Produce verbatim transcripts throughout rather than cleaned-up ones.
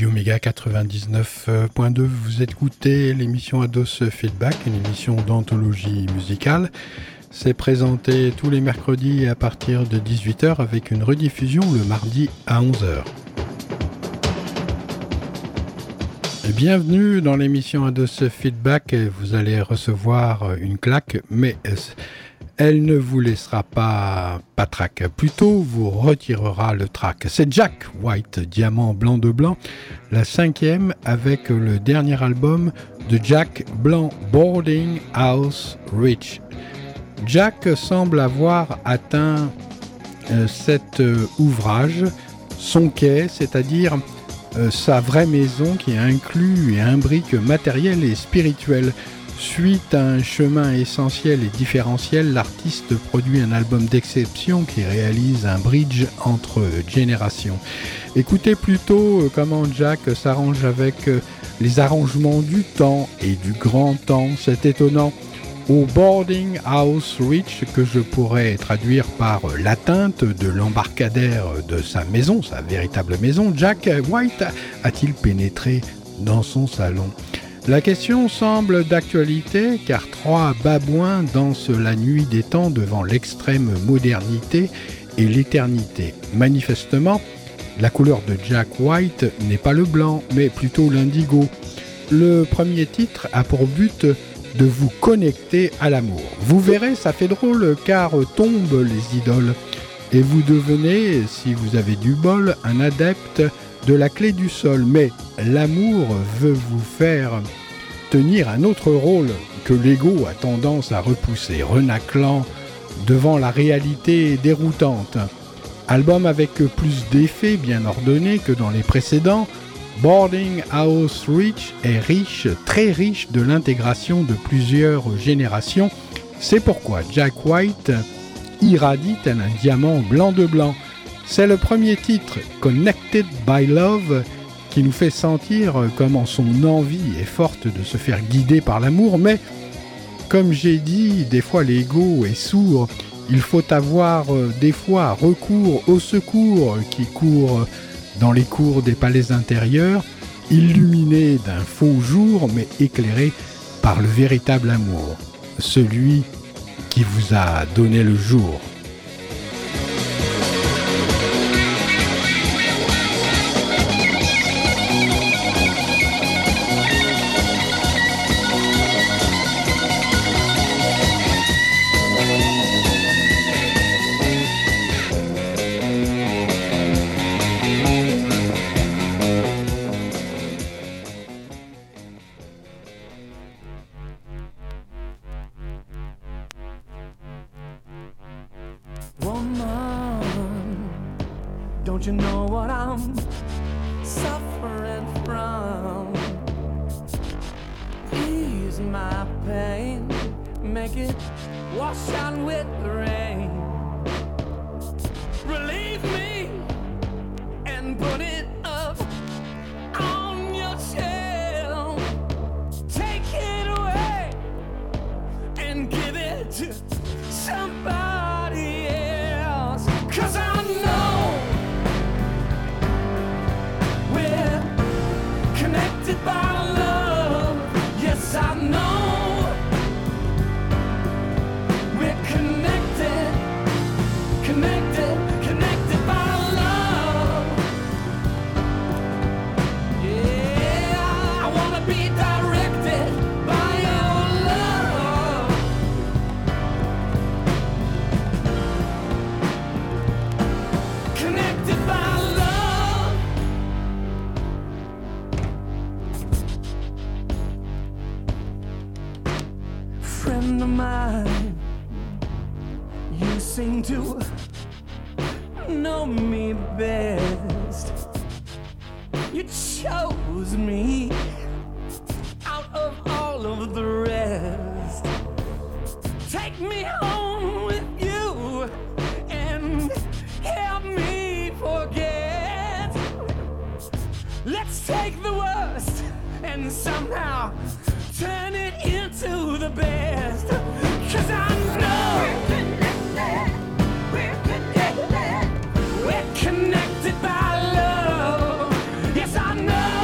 Radio Méga quatre-vingt-dix-neuf point deux, vous écoutez l'émission Ados Feedback, une émission d'anthologie musicale. C'est présenté tous les mercredis à partir de dix-huit heures avec une rediffusion le mardi à onze heures. Et bienvenue dans l'émission Ados Feedback. Vous allez recevoir une claque, mais elle ne vous laissera pas patraque. Plutôt, vous retirera le track. C'est Jack White, Diamant Blanc de Blanc, la cinquième avec le dernier album de Jack Blanc, Boarding House Rich. Jack semble avoir atteint euh, cet euh, ouvrage, son quai, c'est-à-dire euh, sa vraie maison qui inclut et imbrique matériel et spirituel. Suite à un chemin essentiel et différentiel, l'artiste produit un album d'exception qui réalise un bridge entre générations. Écoutez plutôt comment Jack s'arrange avec les arrangements du temps et du grand temps. C'est étonnant. Au Boarding House Rich, que je pourrais traduire par l'atteinte de l'embarcadère de sa maison, sa véritable maison, Jack White a-t-il pénétré dans son salon ? La question semble d'actualité car trois babouins dansent la nuit des temps devant l'extrême modernité et l'éternité. Manifestement, la couleur de Jack White n'est pas le blanc, mais plutôt l'indigo. Le premier titre a pour but de vous connecter à l'amour. Vous verrez, ça fait drôle car tombent les idoles et vous devenez, si vous avez du bol, un adepte de la clé du sol, mais l'amour veut vous faire tenir un autre rôle que l'ego a tendance à repousser, renaclant devant la réalité déroutante. Album avec plus d'effets bien ordonnés que dans les précédents, Boarding House Rich est riche, très riche de l'intégration de plusieurs générations. C'est pourquoi Jack White irradie tel un diamant blanc de blanc. C'est le premier titre, Connected by Love, qui nous fait sentir comment son envie est forte de se faire guider par l'amour, mais comme j'ai dit, des fois l'ego est sourd. Il faut avoir des fois recours au secours qui court dans les cours des palais intérieurs, illuminé d'un faux jour, mais éclairé par le véritable amour, celui qui vous a donné le jour. Connected by love. Yes, I know.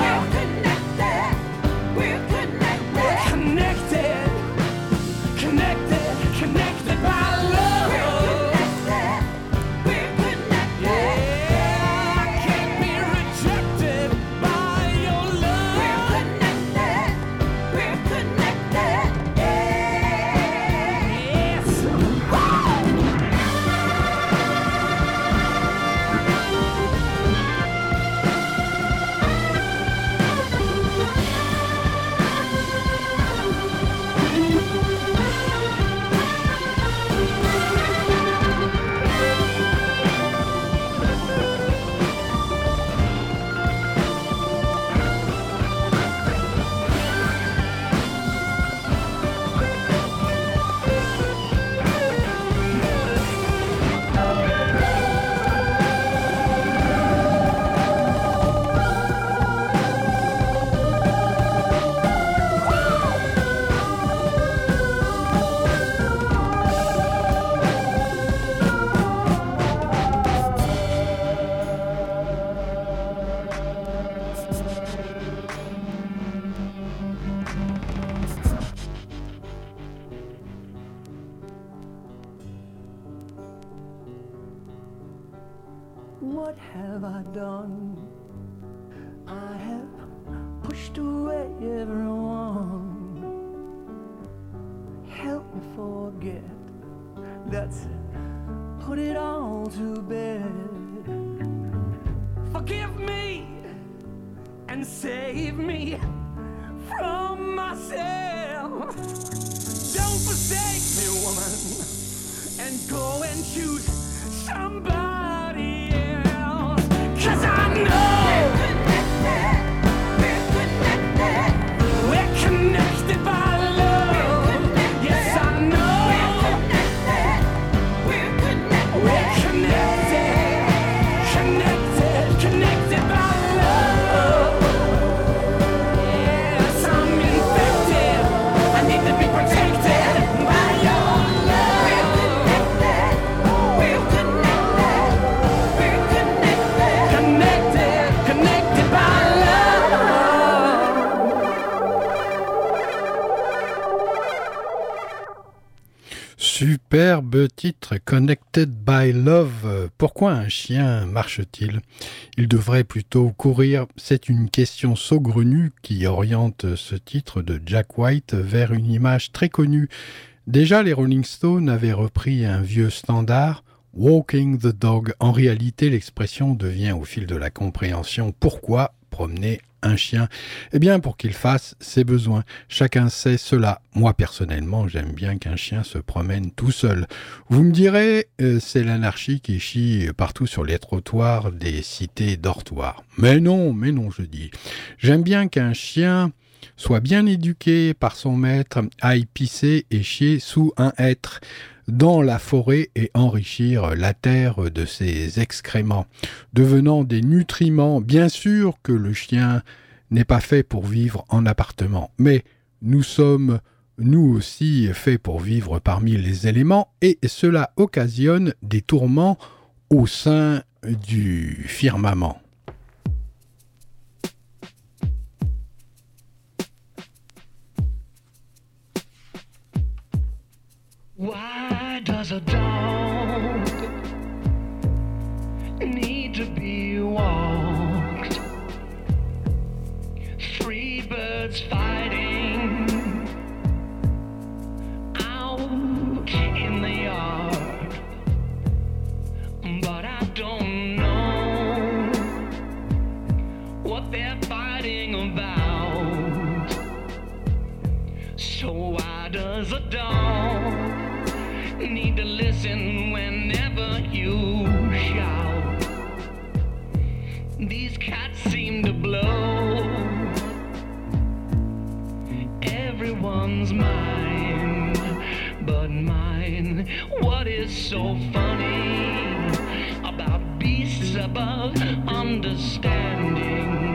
what have I done? I have pushed away everyone. Help me forget. Let's put it all to bed. Forgive me and save me from myself. Don't forsake me, woman, and go and choose somebody else. 'Cause I know we're connected, we're connected by love. Yes, I know we're connected, we're connected, connected, connected by love. Yes, I'm infected, I need to be protected by your love. We're connected, we're connected, we're connected, connected, connected by love. Superbe titre, Connected by Love. Pourquoi un chien marche-t-il? Il devrait plutôt courir. C'est une question saugrenue qui oriente ce titre de Jack White vers une image très connue. Déjà, les Rolling Stones avaient repris un vieux standard, Walking the Dog. En réalité, l'expression devient au fil de la compréhension. Pourquoi promener un chien? Eh bien, pour qu'il fasse ses besoins. Chacun sait cela. Moi, personnellement, j'aime bien qu'un chien se promène tout seul. Vous me direz, euh, c'est l'anarchie qui chie partout sur les trottoirs des cités dortoirs. Mais non, mais non, je dis. J'aime bien qu'un chien soit bien éduqué par son maître, aille pisser et chier sous un hêtre dans la forêt et enrichir la terre de ses excréments, devenant des nutriments. Bien sûr que le chien n'est pas fait pour vivre en appartement, mais nous sommes nous aussi faits pour vivre parmi les éléments, et cela occasionne des tourments au sein du firmament. Why does a dog need to be walked? Three birds fighting out in the yard, but I don't know what they're fighting about. So why does a dog need to listen whenever you shout? These cats seem to blow everyone's mind but mine. What is so funny about beasts above understanding?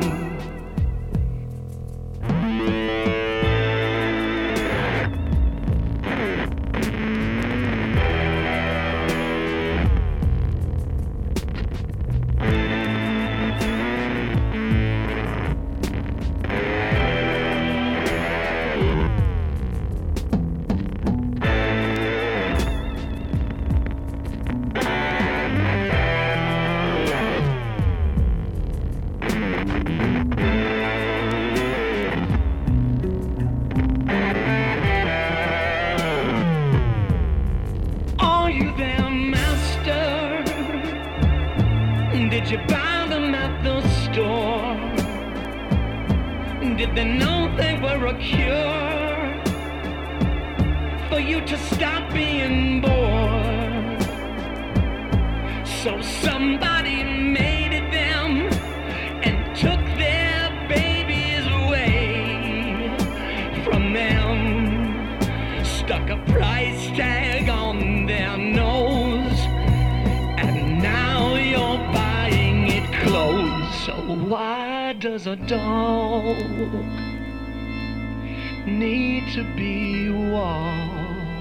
Did you buy them at the store? Did they know they were a cure for you to stop being bored? So somebody made it them and took their babies away from them, stuck a price tag on their nose, and now you're buying it clothes. So why does a dog need to be walked?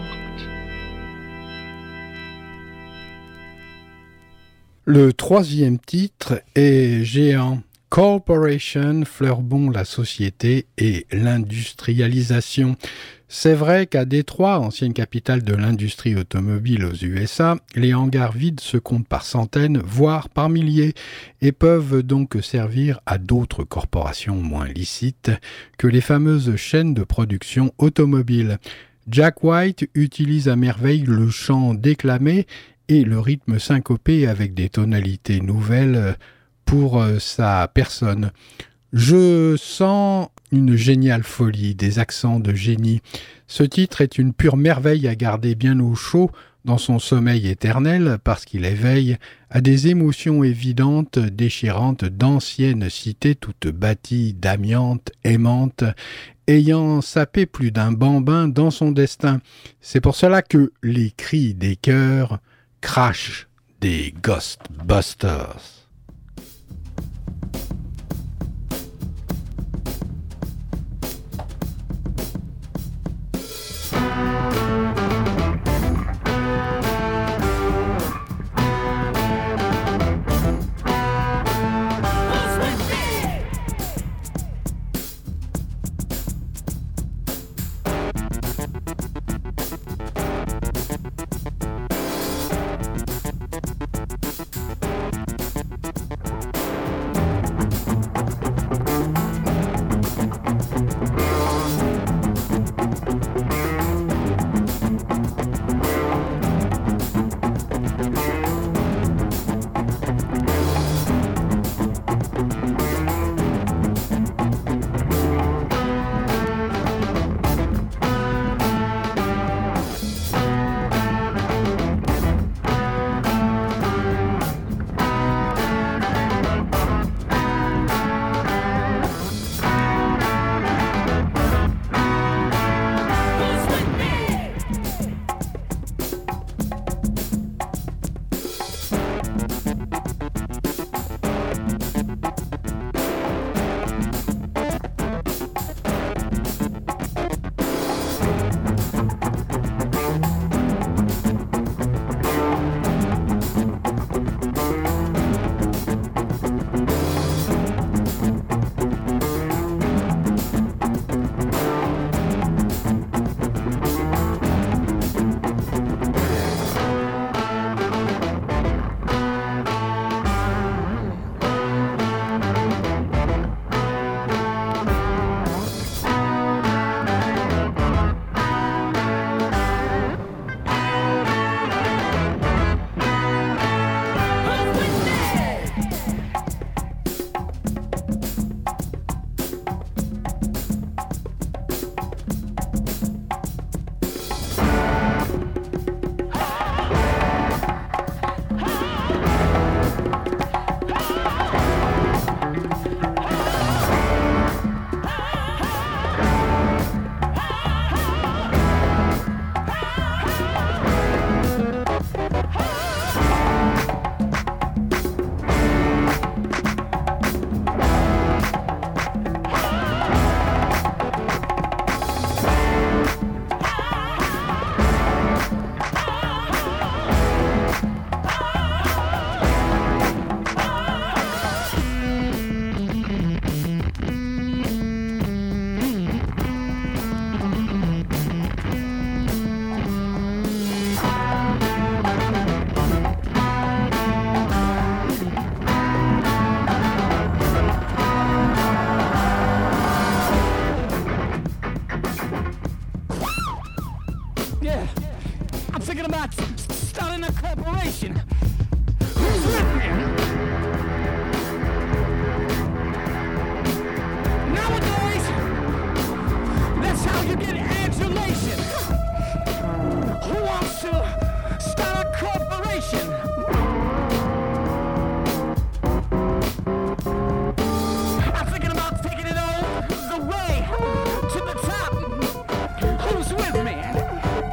Le troisième titre est Géant. Corporation, fleurbon la société et l'industrialisation. C'est vrai qu'à Détroit, ancienne capitale de l'industrie automobile aux U S A, les hangars vides se comptent par centaines, voire par milliers, et peuvent donc servir à d'autres corporations moins licites que les fameuses chaînes de production automobile. Jack White utilise à merveille le chant déclamé et le rythme syncopé avec des tonalités nouvelles pour sa personne. Je sens une géniale folie, des accents de génie. Ce titre est une pure merveille à garder bien au chaud dans son sommeil éternel parce qu'il éveille à des émotions évidentes, déchirantes d'anciennes cités toutes bâties d'amiante aimante, ayant sapé plus d'un bambin dans son destin. C'est pour cela que les cris des cœurs crachent des Ghostbusters.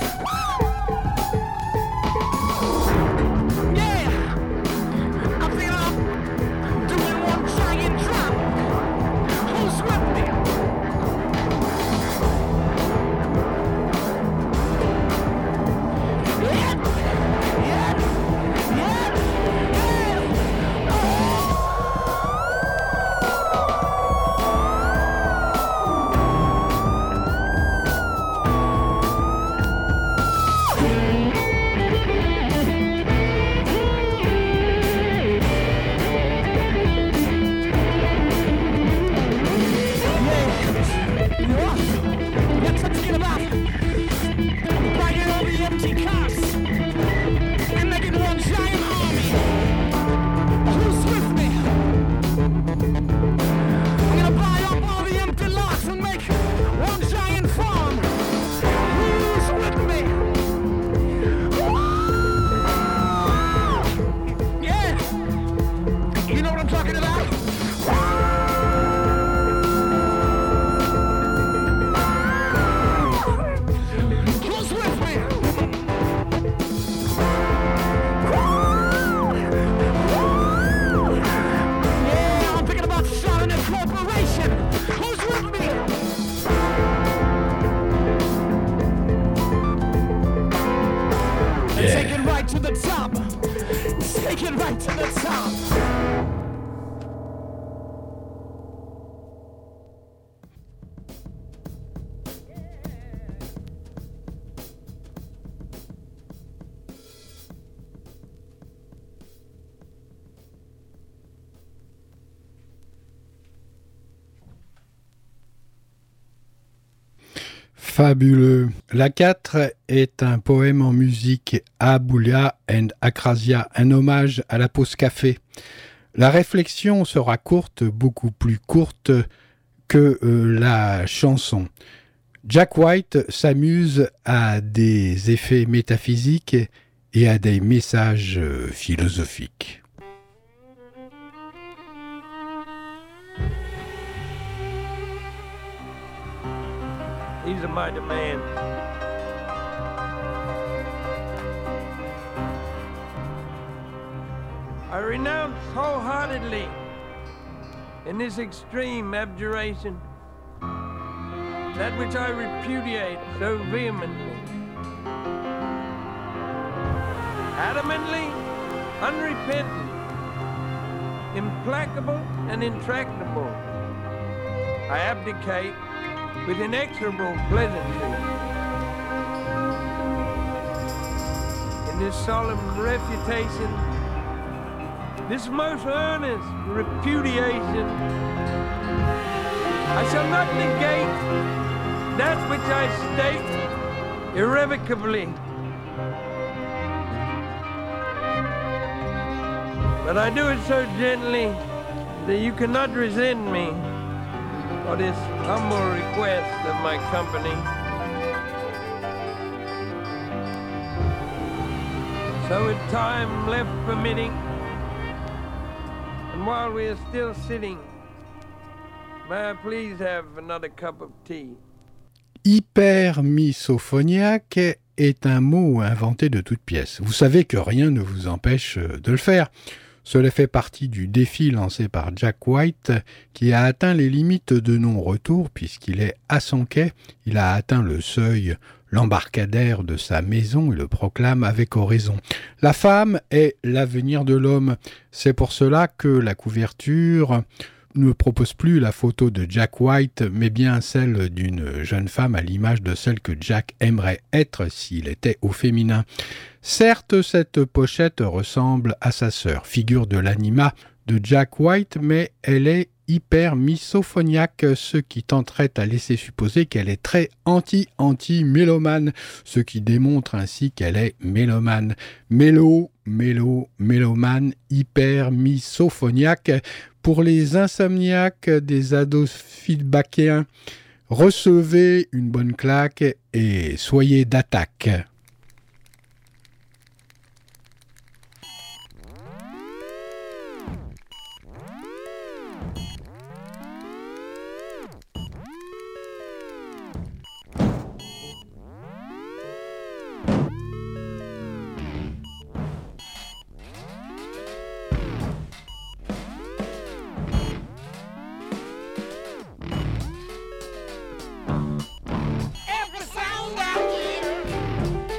I'm thinking to the top. Take it right to the top. Fabuleux. La quatre est un poème en musique Aboulia and Akrasia, un hommage à la pause café. La réflexion sera courte, beaucoup plus courte que euh, la chanson. Jack White s'amuse à des effets métaphysiques et à des messages euh, philosophiques. He's a mighty man. I renounce wholeheartedly in this extreme abjuration that which I repudiate so vehemently. Adamantly, unrepentant, implacable and intractable, I abdicate with inexorable pleasantry. In this solemn refutation, this most earnest repudiation, I shall not negate that which I state irrevocably, but I do it so gently that you cannot resent me for this humble request of my company. So with time left permitting, and while we are still sitting, may I please have another cup of tea? Hypermisophoniaque est un mot inventé de toutes pièces. Vous savez que rien ne vous empêche de le faire. Cela fait partie du défi lancé par Jack White qui a atteint les limites de non-retour puisqu'il est à son quai. Il a atteint le seuil, l'embarcadère de sa maison et le proclame avec oraison. La femme est l'avenir de l'homme. C'est pour cela que la couverture ne propose plus la photo de Jack White, mais bien celle d'une jeune femme à l'image de celle que Jack aimerait être s'il était au féminin. Certes, cette pochette ressemble à sa sœur, figure de l'anima de Jack White, mais elle est hyper misophoniaque, ce qui tenterait à laisser supposer qu'elle est très anti-anti-mélomane, ce qui démontre ainsi qu'elle est mélomane. Mélo, mélo, mélomane, hyper misophoniaque. Pour les insomniaques des ados feedbackiens, recevez une bonne claque et soyez d'attaque. Every sound I hear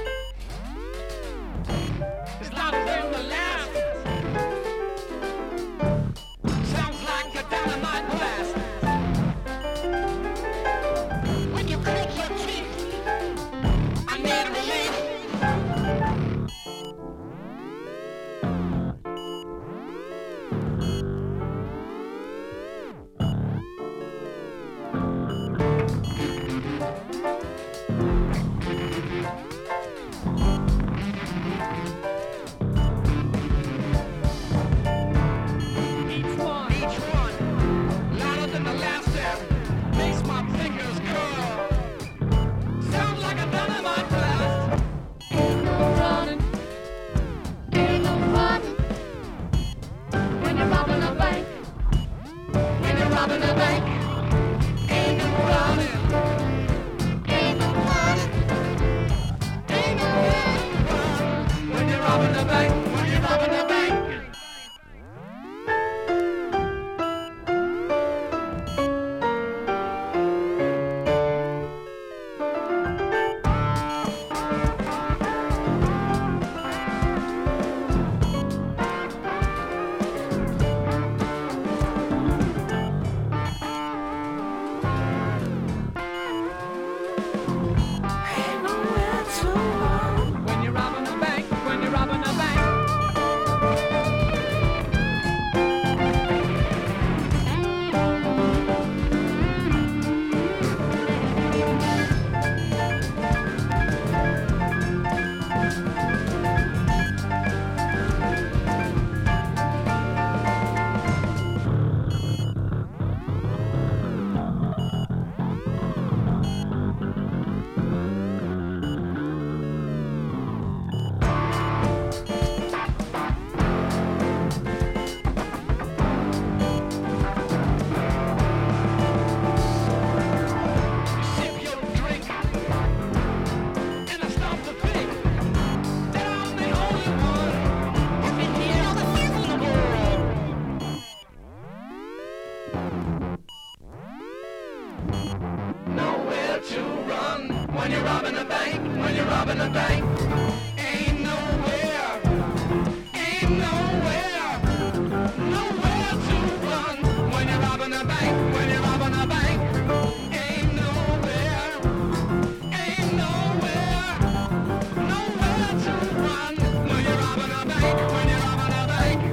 Nowhere to run when you're robbing a bank, when you're robbing a bank. Ain't nowhere, ain't nowhere, nowhere to run when you're robbing a bank, when you're robbing a bank. Ain't nowhere, ain't nowhere, nowhere to run when you're robbing a bank, when you're robbing a bank.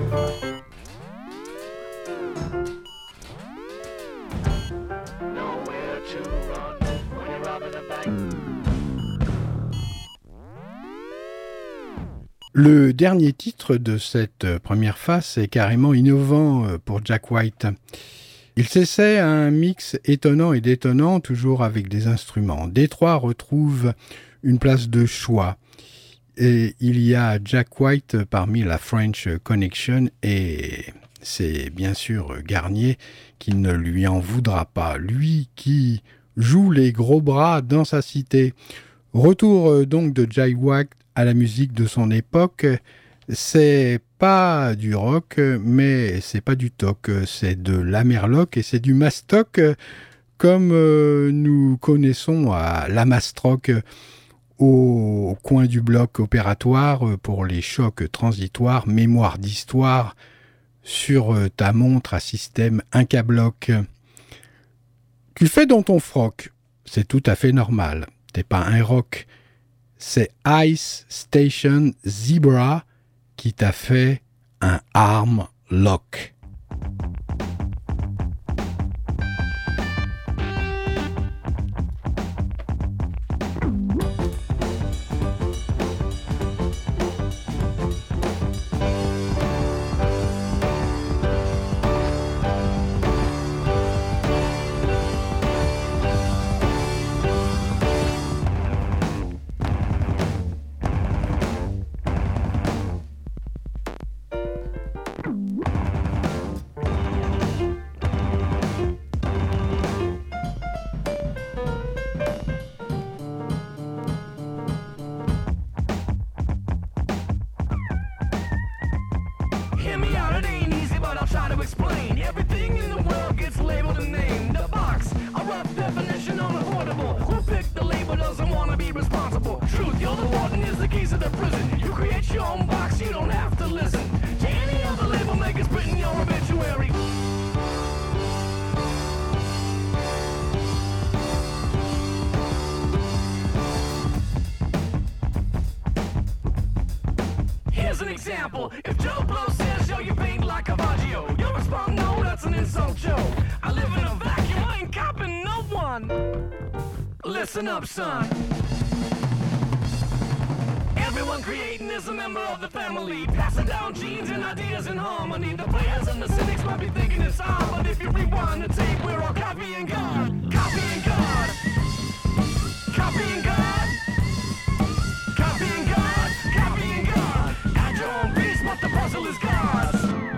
Nowhere to run when you're robbing a bank. Le dernier titre de cette première face est carrément innovant pour Jack White. Il s'essaie à un mix étonnant et détonnant, toujours avec des instruments. Détroit retrouve une place de choix. Et il y a Jack White parmi la French Connection et c'est bien sûr Garnier qui ne lui en voudra pas. Lui qui joue les gros bras dans sa cité. Retour donc de Jack White à la musique de son époque. C'est pas du rock, mais c'est pas du toc, c'est de l'amerloc et c'est du mastoc comme euh, nous connaissons à la mastroc au coin du bloc opératoire pour les chocs transitoires, mémoire d'histoire sur ta montre à système Incabloc. Tu fais dans ton froc, c'est tout à fait normal, t'es pas un rock. C'est Ice Station Zebra qui t'a fait un arm lock. Listen up, son. Everyone creating is a member of the family, passing down genes and ideas in harmony. The players and the cynics might be thinking it's odd, but if you rewind the tape, we're all copying God, copying God, copying God, copying God, copying God. At your own pace, but the puzzle is God's.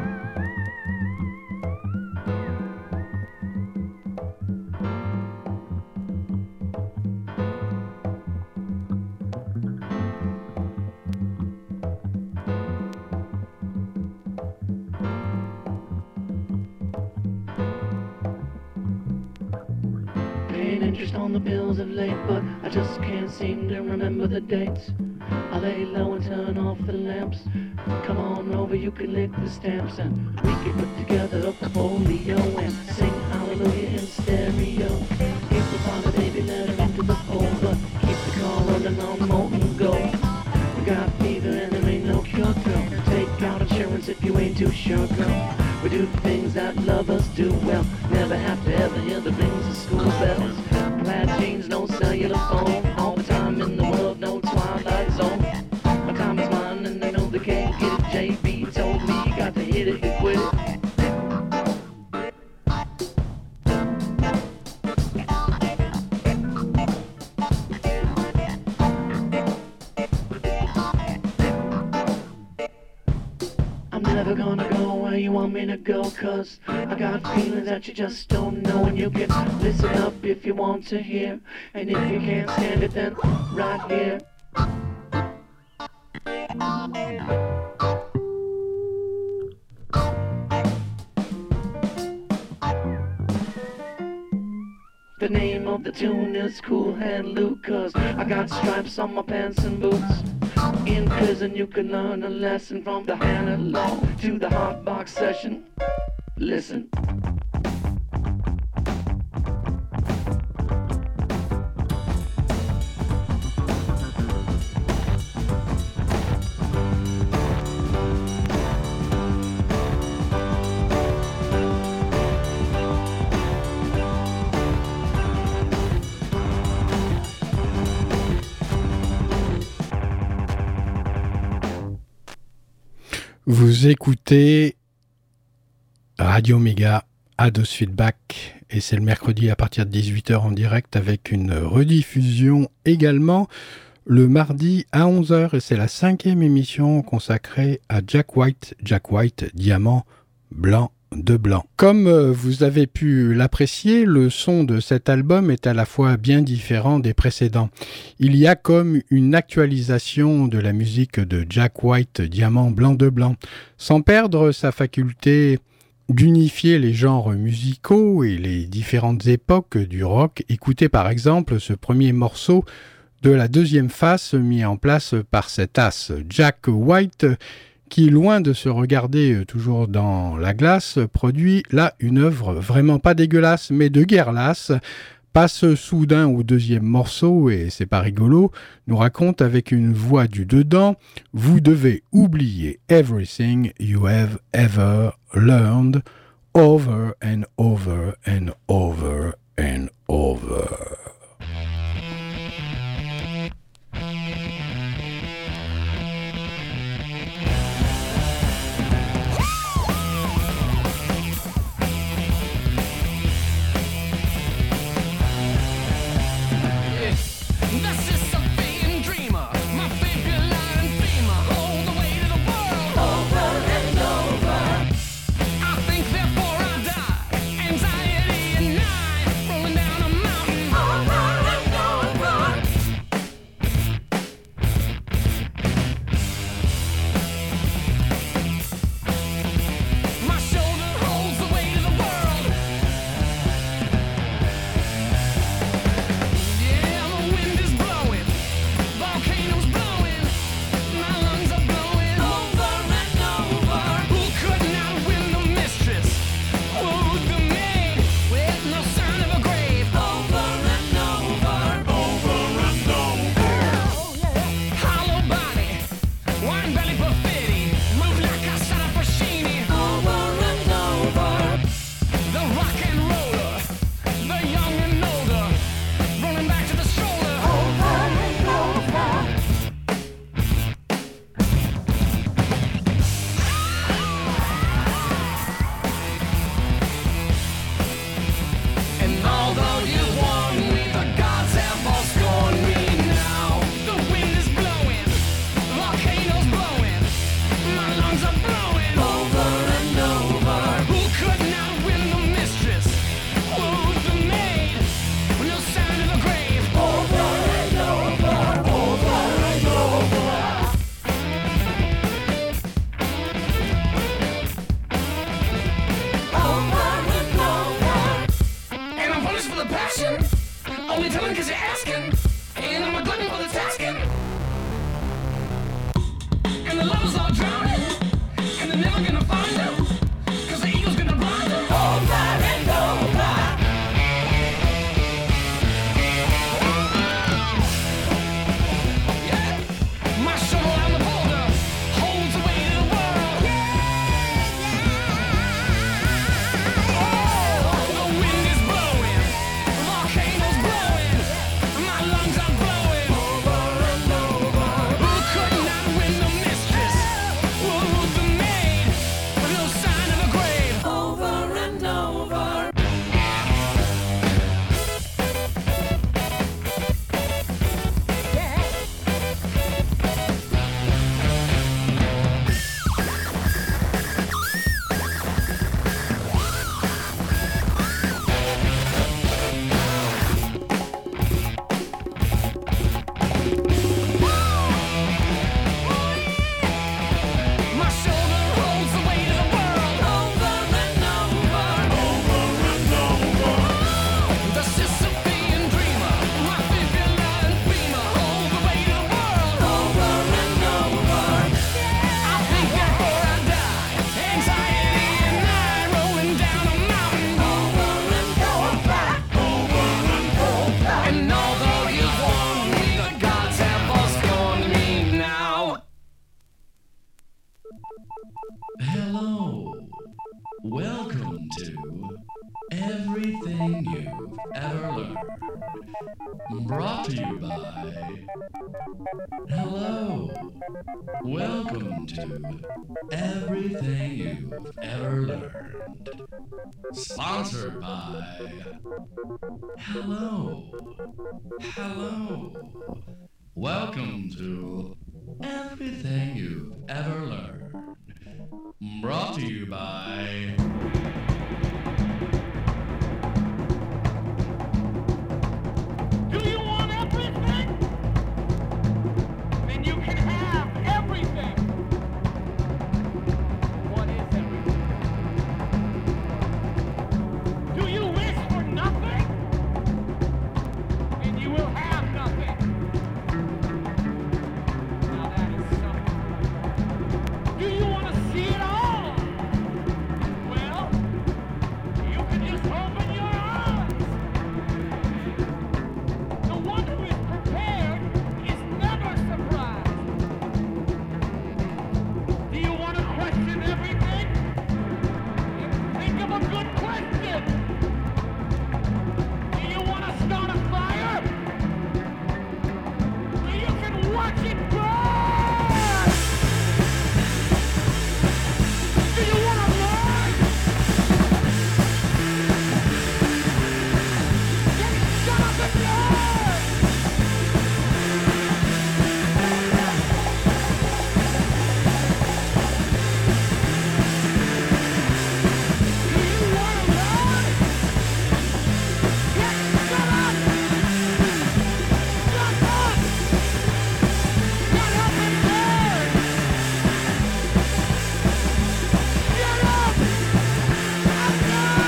On the bills of late, but I just can't seem to remember the dates. I lay low and turn off the lamps. Come on over, you can lick the stamps, and we can put together a portfolio and sing hallelujah in stereo. If we find a baby, let her into the fold, but keep the car running on molten gold. We got fever and there ain't no cure, girl. Take out insurance if you ain't too sure, girl. We do things that lovers do well. Never have to ever hear the rings of school bells. Plaid jeans, no cellular phone. All the time in the world, no twilight zone. My time is mine and they know they can't get it. J B told me you got to hit it and quit it. Never gonna go where you want me to go, cause I got feelings that you just don't know. And you can listen up if you want to hear, and if you can't stand it, then right here. The name of the tune is Cool Hand Luke, cause I got stripes on my pants and boots. In prison you can learn a lesson from the hand-along to the hot box session. Listen. Vous écoutez Radio Méga, Ados Feedback, et c'est le mercredi à partir de dix-huit heures en direct avec une rediffusion également le mardi à onze heures, et c'est la cinquième émission consacrée à Jack White, Jack White, diamant blanc de blanc. Comme euh, vous avez pu l'apprécier, le son de cet album est à la fois bien différent des précédents. Il y a comme une actualisation de la musique de Jack White, diamant blanc de blanc, sans perdre sa faculté d'unifier les genres musicaux et les différentes époques du rock. Écoutez par exemple ce premier morceau de la deuxième face mis en place par cet as, Jack White, qui, loin de se regarder toujours dans la glace, produit là une œuvre vraiment pas dégueulasse, mais de guerre lasse, passe soudain au deuxième morceau, et c'est pas rigolo, nous raconte avec une voix du dedans, vous devez oublier everything you have ever learned, over and over and over and over. Over and over. Welcome to Everything You've Ever Learned. Brought to you by... Hello. Welcome to Everything You've Ever Learned. Sponsored by... Hello. Hello. Welcome to Everything You've Ever Learned. Brought to you by... Do you want everything? Then you can have everything. What is everything? Do you wish for nothing? Then you will have nothing. Now that is something. Do you want to see it all? Well, you can just open your eyes. The one who is prepared is never surprised. Do you want to question everything? Think of a good question. Do you want to start a fire? Well, you can watch it burn. Do you want to learn? Then shut up and learn. Do you want to learn? Then shut up. Shut up. Shut up and learn. Shut up and learn.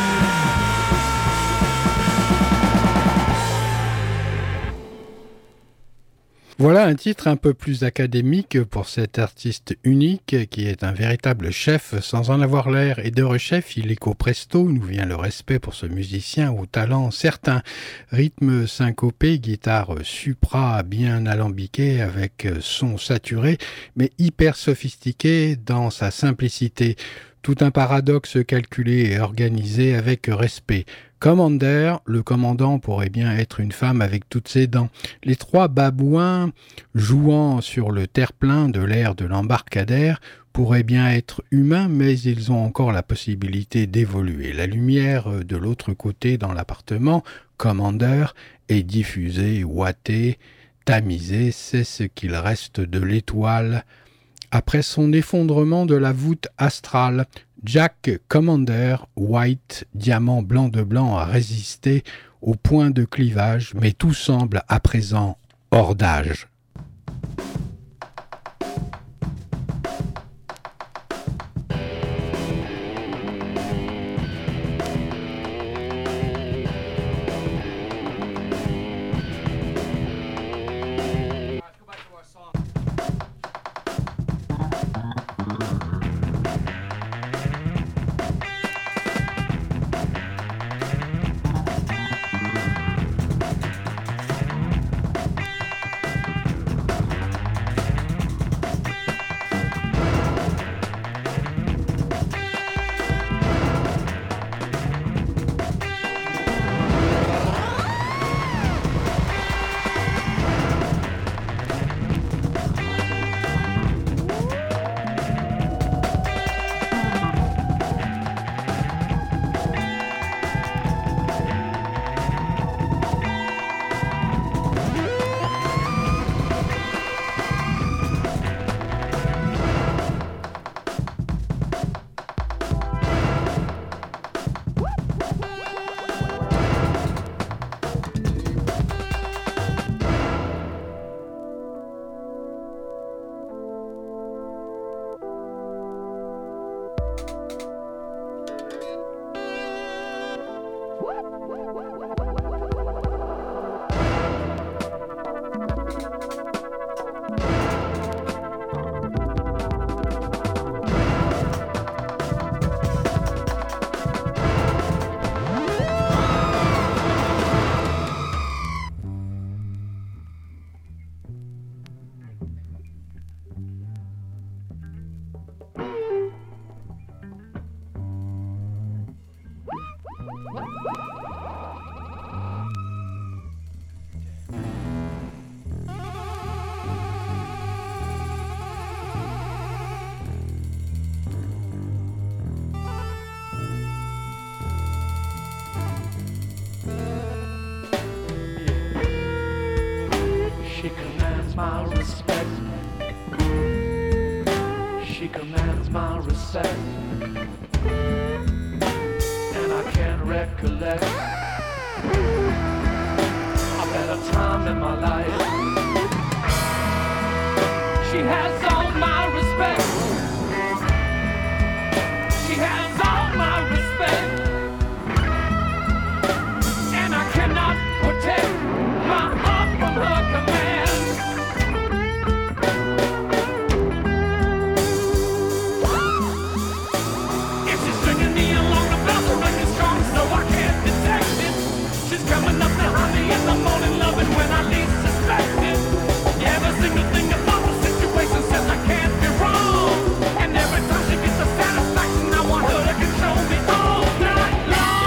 Voilà un titre un peu plus académique pour cet artiste unique qui est un véritable chef sans en avoir l'air. Et de rechef, il est qu'au presto, nous vient le respect pour ce musicien au talent certain. Rythme syncopé, guitare supra bien alambiquée avec son saturé, mais hyper sophistiqué dans sa simplicité. Tout un paradoxe calculé et organisé avec respect. Commander, le commandant pourrait bien être une femme avec toutes ses dents. Les trois babouins, jouant sur le terre-plein de l'air de l'embarcadère, pourraient bien être humains, mais ils ont encore la possibilité d'évoluer. La lumière de l'autre côté dans l'appartement, Commander, est diffusée, ouatée, tamisée, c'est ce qu'il reste de l'étoile. Après son effondrement de la voûte astrale, Jack Commander, White, diamant blanc de blanc, a résisté au point de clivage, mais tout semble à présent hors d'âge. my respect. She commands my respect. And I can't recollect a better time in my life. She has all my respect. She has all my respect. And I cannot protect my heart from her command. If she's stringing me along the belt, the ring is strong so I can't detect it. She's coming up behind me in the morning, loving when I least suspect it. Every single thing about the situation says I can't be wrong. And every time she gets the satisfaction, I want her to control me all night long.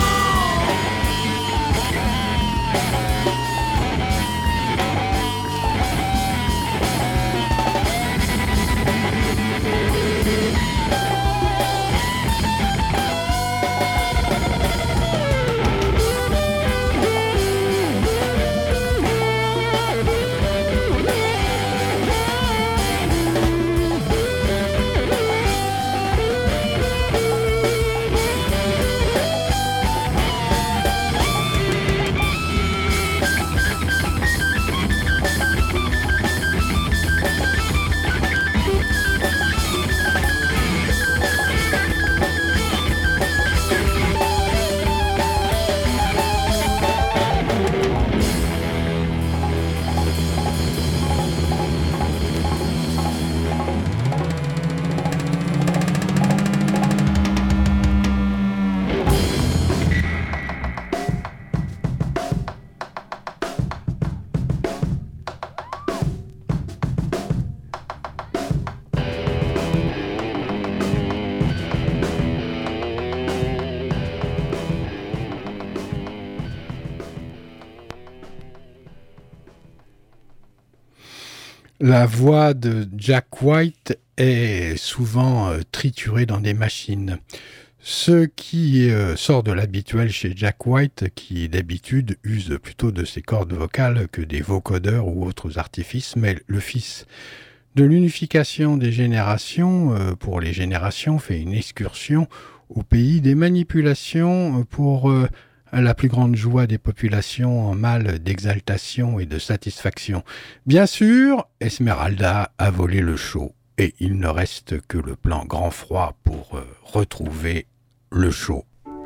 La voix de Jack White est souvent euh, triturée dans des machines. Ce qui euh, sort de l'habituel chez Jack White, qui d'habitude use plutôt de ses cordes vocales que des vocodeurs ou autres artifices, mais le fils de l'unification des générations, euh, pour les générations, fait une excursion au pays des manipulations pour euh, la plus grande joie des populations en mal d'exaltation et de satisfaction. Bien sûr, Esmeralda a volé le show, et il ne reste que le plan grand froid pour euh, retrouver le show.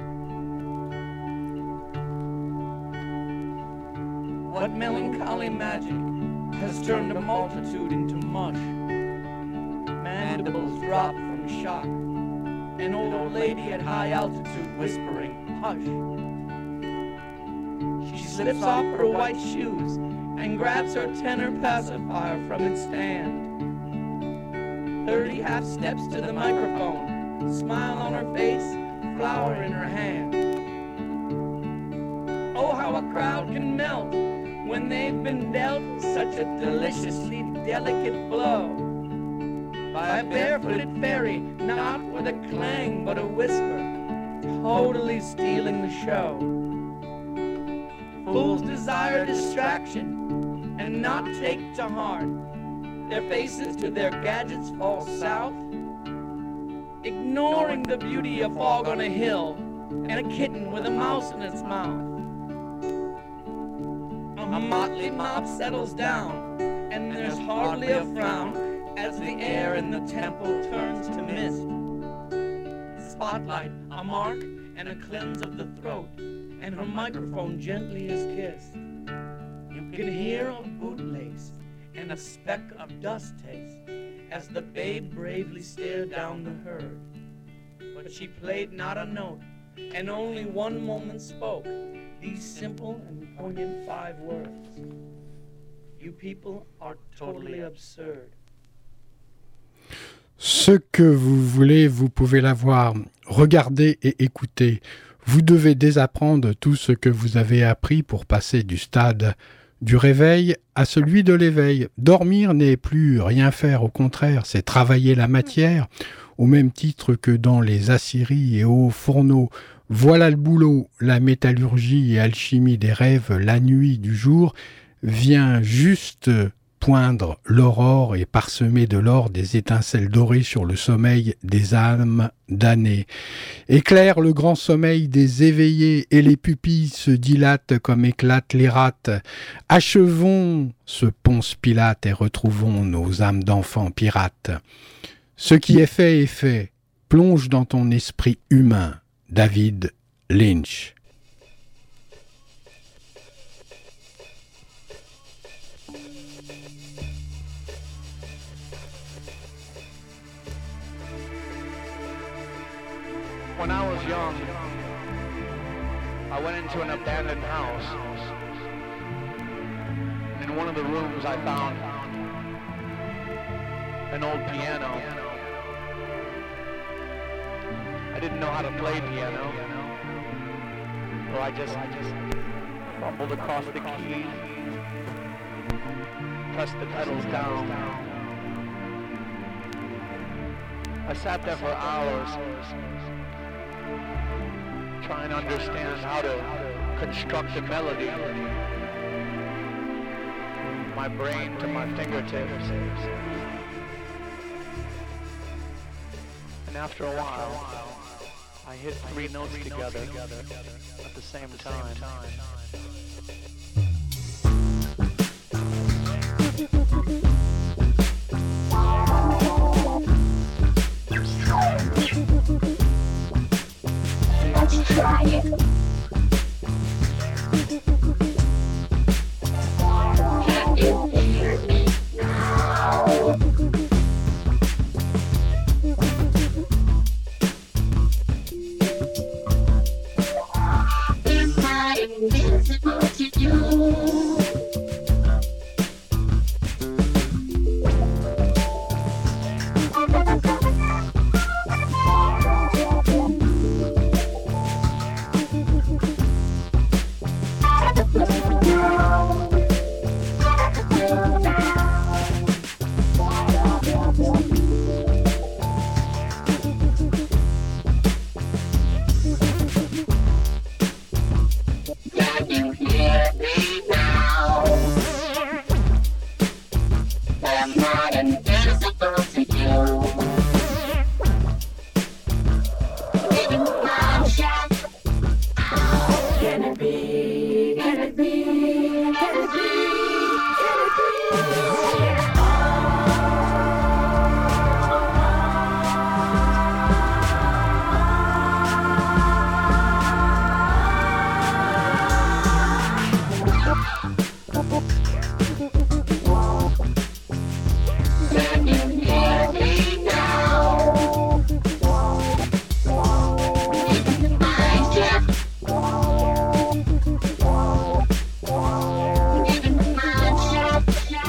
What melancholy magic has turned a multitude into mush? Mandibles drop from shock. An old lady at high altitude whispering, hush. She slips off her white shoes and grabs her tenor pacifier from its stand. Thirty half steps to the microphone, smile on her face, flower in her hand. Oh, how a crowd can melt when they've been dealt such a deliciously delicate blow by a barefooted fairy, not with a clang but a whisper, totally stealing the show. Fools desire distraction and not take to heart. Their faces to their gadgets fall south, ignoring the beauty of fog on a hill and a kitten with a mouse in its mouth. A motley mob settles down, and there's hardly a frown as the air in the temple turns to mist. Spotlight, a mark, and a cleanse of the throat, and her microphone gently is kissed. You can hear a bootlace and a speck of dust taste as the babe bravely stared down the herd. But she played not a note, and only one moment spoke these simple and poignant five words. You people are totally absurd. Ce que vous voulez, vous pouvez l'avoir. Regardez et écoutez. Vous devez désapprendre tout ce que vous avez appris pour passer du stade du réveil à celui de l'éveil. Dormir n'est plus rien faire, au contraire, c'est travailler la matière, au même titre que dans les aciéries et aux fourneaux. Voilà le boulot, la métallurgie et alchimie des rêves, la nuit du jour, vient juste poindre l'aurore et parsemer de l'or des étincelles dorées sur le sommeil des âmes damnées. Éclaire le grand sommeil des éveillés et les pupilles se dilatent comme éclatent les rates. Achevons ce Ponce Pilate et retrouvons nos âmes d'enfants pirates. Ce qui est fait est fait. Plonge dans ton esprit humain. David Lynch. When I was young, I went into an abandoned house. In one of the rooms I found an old piano. I didn't know how to play piano, so I just, I just fumbled across the keys, pressed the pedals down. I sat there for hours, trying to understand how to construct a melody. My brain to my fingertips. And after a while, I hit three notes together at the same time. Let's try it. Can you hear me now? Am I invisible to you? Can you hear me now? Am I invisible to you? Giving my shot. Can it be? Can it be? Can it be? Can it be? Can you hear me now? Giving my shot. Giving my shot.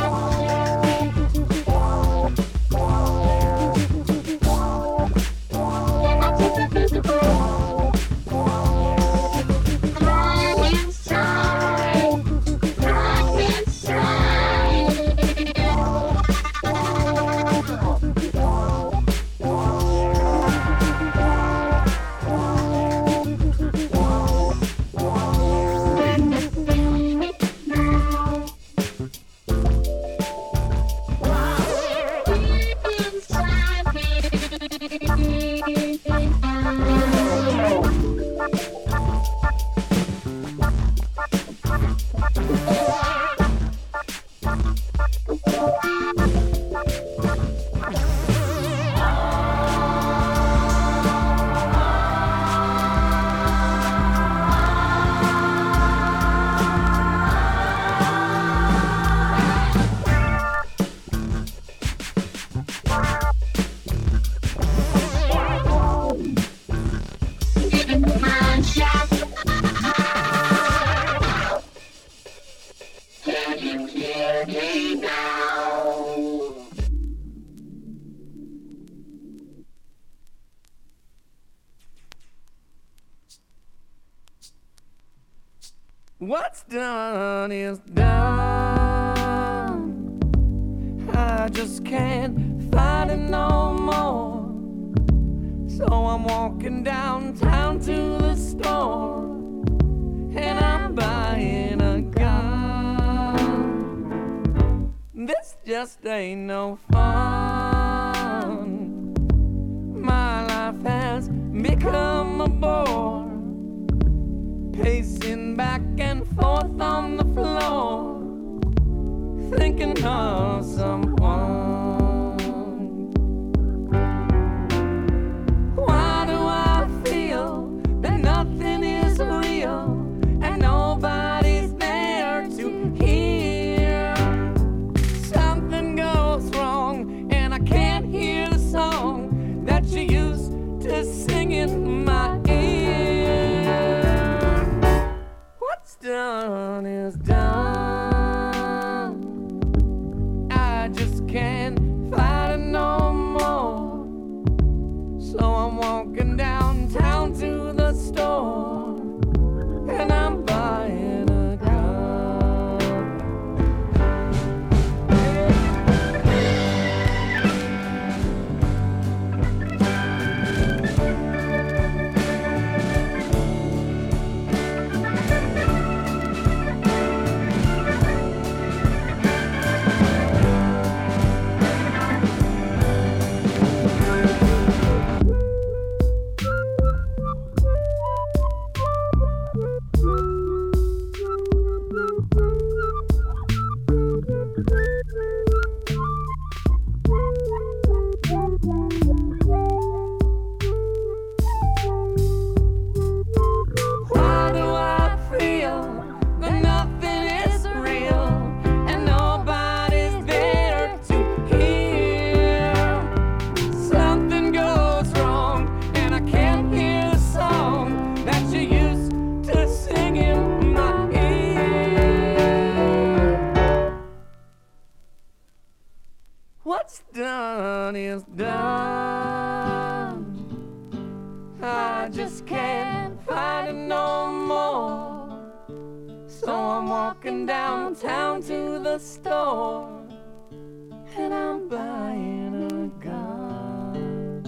Right inside, right inside. Giving my shot. Can you hear me now? What's done is done. I just can't fight it no more. So I'm walking downtown to the store, and I'm buying a gun. This just ain't no fun. My life has become a bore, pacing back and forth on the floor, thinking of someone. Why do I feel that nothing is real and nobody's there to hear? Something goes wrong and I can't hear the song that you used to sing in my ear. What's done is done. I just can't fight it no more. So I'm walking downtown to the store and I'm buying a gun. Why do I feel that nothing is real and nobody's there to hear? Something goes wrong and I can't hear the song that you used to sing in my ear. What's done is done. I just can't fight it no more. So I'm walking downtown to the store and I'm buying a gun.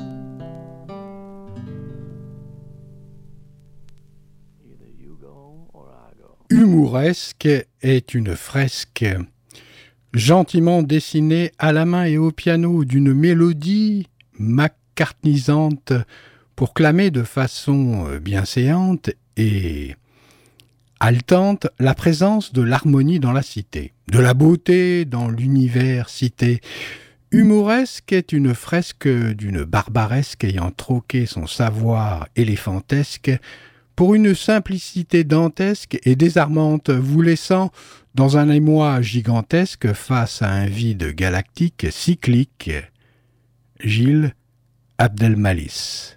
Either you go or I go. Humouresque est une fresque gentiment dessinée à la main et au piano d'une mélodie maccartnisante pour clamer de façon bienséante et haletante la présence de l'harmonie dans la cité, de la beauté dans l'univers cité. Humouresque est une fresque d'une barbaresque ayant troqué son savoir éléphantesque pour une simplicité dantesque et désarmante, vous laissant dans un émoi gigantesque face à un vide galactique cyclique. Gilles Abdelmalice.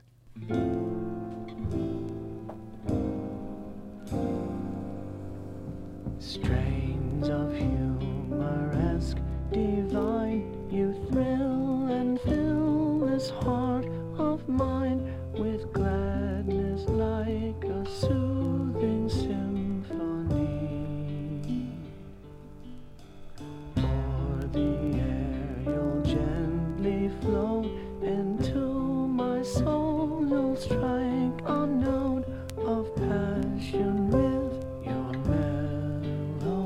Strains of humoresque divine, you thrill and fill this heart of mine with gladness like a soothing symphony. O'er the air you'll gently float into my soul, you'll strike a note of passion with your melody.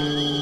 Thank